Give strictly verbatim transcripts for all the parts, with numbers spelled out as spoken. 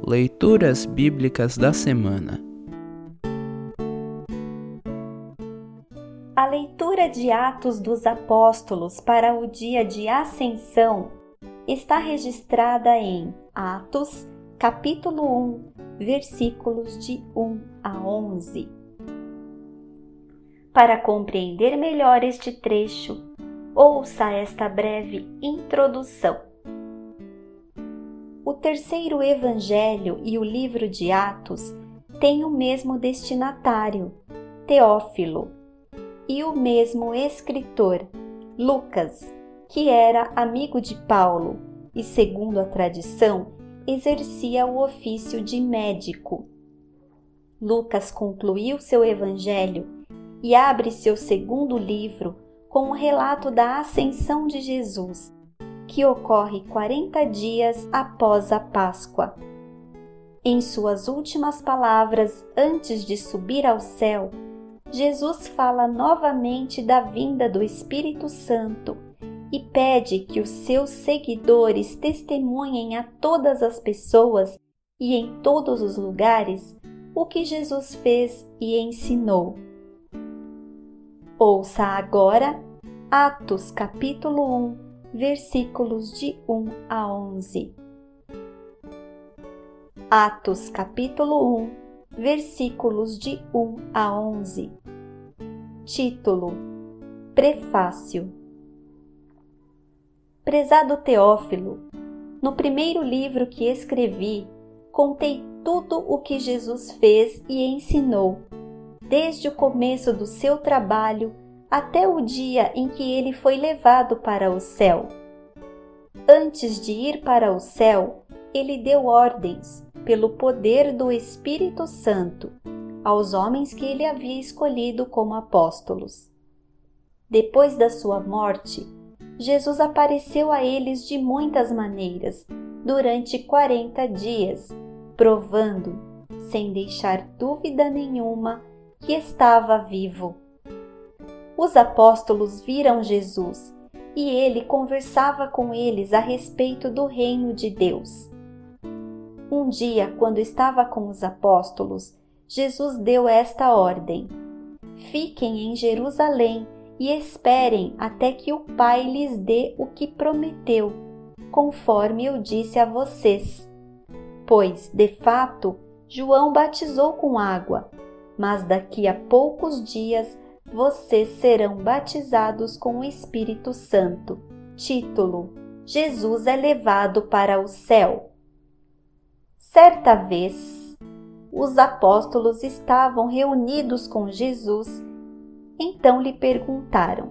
Leituras Bíblicas da Semana. A leitura de Atos dos Apóstolos para o dia de Ascensão está registrada em Atos, capítulo um, versículos de um a onze. Para compreender melhor este trecho, ouça esta breve introdução. O terceiro evangelho e o livro de Atos têm o mesmo destinatário, Teófilo, e o mesmo escritor, Lucas, que era amigo de Paulo e, segundo a tradição, exercia o ofício de médico. Lucas concluiu seu evangelho e abre seu segundo livro com o relato da ascensão de Jesus, que ocorre quarenta dias após a Páscoa. Em suas últimas palavras antes de subir ao céu, Jesus fala novamente da vinda do Espírito Santo e pede que os seus seguidores testemunhem a todas as pessoas e em todos os lugares o que Jesus fez e ensinou. Ouça agora Atos capítulo um, versículos de um a onze. Atos capítulo um, versículos de um a onze. Título: Prefácio. Prezado Teófilo, no primeiro livro que escrevi, contei tudo o que Jesus fez e ensinou, desde o começo do seu trabalho até o dia em que ele foi levado para o céu. Antes de ir para o céu, ele deu ordens, pelo poder do Espírito Santo, aos homens que ele havia escolhido como apóstolos. Depois da sua morte, Jesus apareceu a eles de muitas maneiras, durante quarenta dias, provando, sem deixar dúvida nenhuma, que estava vivo. Os apóstolos viram Jesus e ele conversava com eles a respeito do reino de Deus. Um dia, quando estava com os apóstolos, Jesus deu esta ordem: fiquem em Jerusalém e esperem até que o Pai lhes dê o que prometeu, conforme eu disse a vocês. Pois, de fato, João batizou com água, mas daqui a poucos dias vocês serão batizados com o Espírito Santo. Título: Jesus é levado para o céu. Certa vez, os apóstolos estavam reunidos com Jesus, então lhe perguntaram: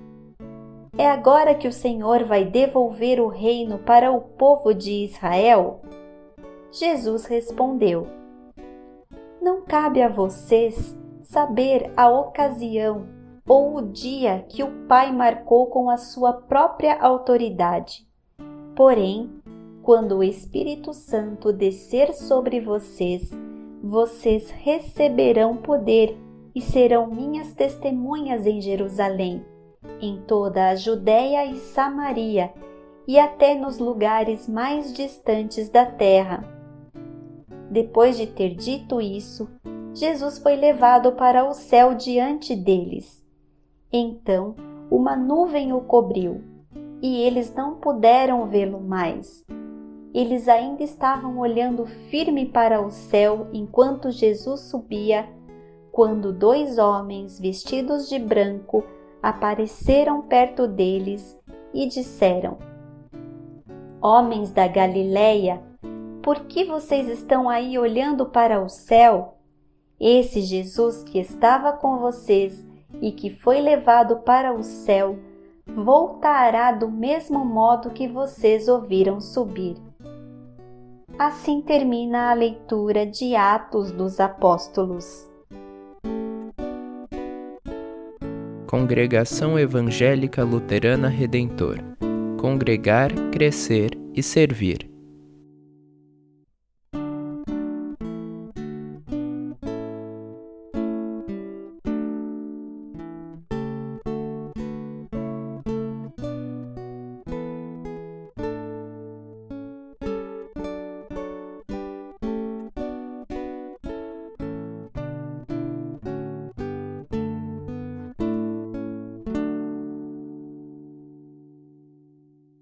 é agora que o Senhor vai devolver o reino para o povo de Israel? Jesus respondeu: não cabe a vocês saber a ocasião ou o dia que o Pai marcou com a sua própria autoridade. Porém, quando o Espírito Santo descer sobre vocês, vocês receberão poder e serão minhas testemunhas em Jerusalém, em toda a Judéia e Samaria e até nos lugares mais distantes da terra. Depois de ter dito isso, Jesus foi levado para o céu diante deles. Então, uma nuvem o cobriu, e eles não puderam vê-lo mais. Eles ainda estavam olhando firme para o céu enquanto Jesus subia, quando dois homens vestidos de branco apareceram perto deles e disseram: homens da Galileia, por que vocês estão aí olhando para o céu? Esse Jesus que estava com vocês e que foi levado para o céu, voltará do mesmo modo que vocês o viram subir. Assim termina a leitura de Atos dos Apóstolos. Congregação Evangélica Luterana Redentor. Congregar, crescer e servir.